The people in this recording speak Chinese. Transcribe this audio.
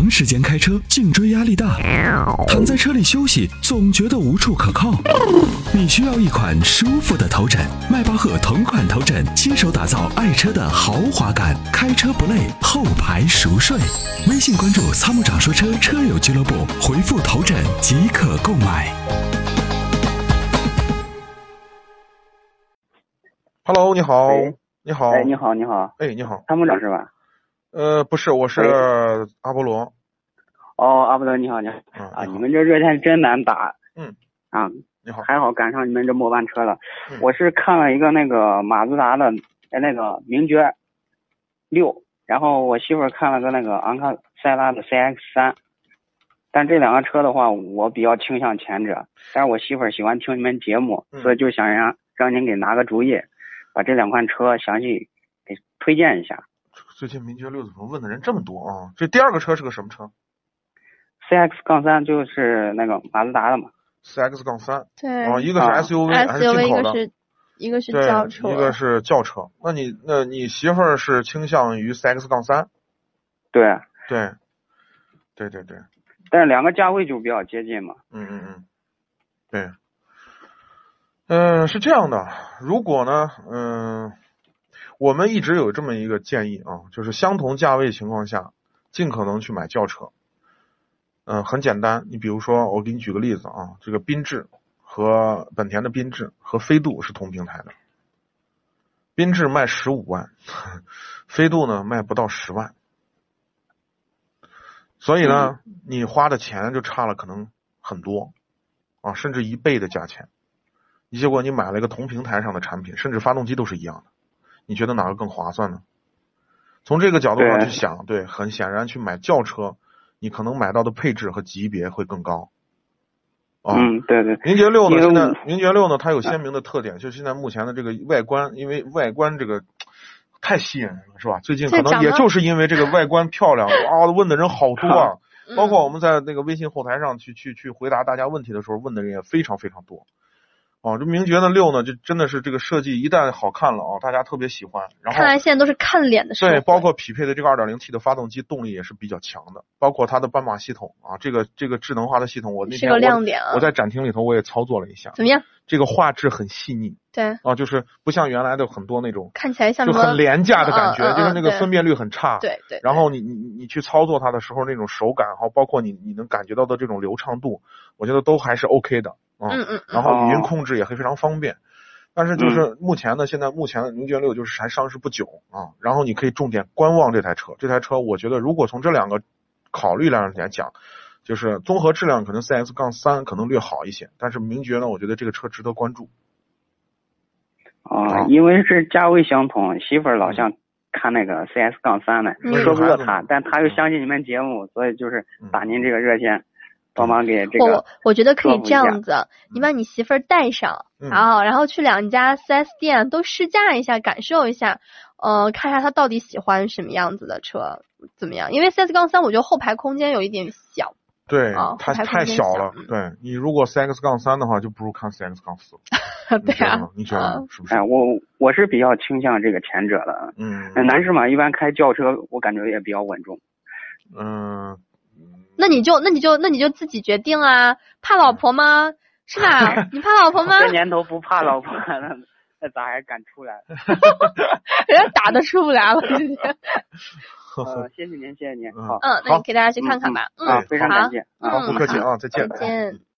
长时间开车，颈椎压力大，躺在车里休息，总觉得无处可靠。你需要一款舒服的头枕，迈巴赫同款头枕，亲手打造爱车的豪华感，开车不累，后排熟睡。微信关注参谋长说车车友俱乐部，回复头枕即可购买。 Hello， 你好，你好， 哎，你好，你好， 哎，你好， 参谋长是吧？ 不是，我是阿波罗。 哦，阿波罗，你好，你好啊！你们这热线真难打。 你好， 还好赶上你们这末班车了。我是看了一个那个马自达的那个名爵6，然后我媳妇儿看了个那个昂克赛拉的 CX3，但这两个车的话，我比较倾向前者，但是我媳妇儿喜欢听你们节目，所以就想让您给拿个主意，把这两款车详细给推荐一下。 最近名爵6怎么问的人这么多啊？这第二个车是个什么车 ？CX-3 就是那个马自达的嘛。 CX-3， 对， 一个是 SUV 还是进口的？ 一个是轿车， 一个是轿车。那你媳妇儿是倾向于 CX-3？ 对。但是两个价位就比较接近嘛。 对。是这样的，如果呢，我们一直有这么一个建议啊，就是相同价位情况下，尽可能去买轿车。很简单，你比如说，我给你举个例子啊，这个缤智和本田的缤智和飞度是同平台的，缤智卖15万，飞度呢卖不到10万，所以呢，你花的钱就差了可能很多啊，甚至1倍的价钱。结果你买了一个同平台上的产品，甚至发动机都是一样的，你觉得哪个更划算呢？从这个角度上去想，对，很显然去买轿车，你可能买到的配置和级别会更高。 对。 名爵6呢，它有鲜明的特点，就是现在目前的这个外观，因为外观这个太吸引人了，是吧？最近可能也就是因为这个外观漂亮，问的人好多啊。包括我们在那个微信后台上去回答大家问题的时候，问的人也非常非常多。这名爵的6呢，就真的是这个设计一旦好看了大家特别喜欢。然后看来现在都是看脸的时候。 对，包括匹配的这个 2.0T 的发动机动力也是比较强的，包括它的斑马系统这个智能化的系统，我那天我在展厅里头我也操作了一下。 怎么样？ 这个画质很细腻。对就是不像原来的很多那种看起来像就很廉价的感觉，就是那个分辨率很差。 对。 然后你去操作它的时候那种手感包括你能感觉到的这种流畅度，我觉得都还是 OK 的。然后语音控制也会非常方便。但是就是现在目前的名爵6就是还上市不久然后你可以重点观望这台车。这台车我觉得如果从这两个考虑来讲，就是综合质量可能 CX-3 可能略好一些，但是名爵呢，我觉得这个车值得关注。 因为是价位相同，媳妇儿老想看那个 CX-3 呢，说不过他，但他又相信你们节目，所以就是打您这个热线。帮忙给这个， 我觉得可以这样子，你把你媳妇儿带上，然后去2家 4S 店都试驾一下，感受一下，看一下他到底喜欢什么样子的车，怎么样？因为 CX-3 我觉得后排空间有一点小， 对，它太小了。对，你如果 CX-3 的话，就不如看 CX-4。 对啊， 你觉得是不是？ 我是比较倾向这个前者的。男士嘛，一般开轿车，我感觉也比较稳重。 那你就自己决定啊！怕老婆吗？是吧？你怕老婆吗？ 这年头不怕老婆，那咋还敢出来？ 人家打都出不来了。 谢谢您。好。 那你给大家去看看吧。 非常感谢。 好，不客气再见。 再见。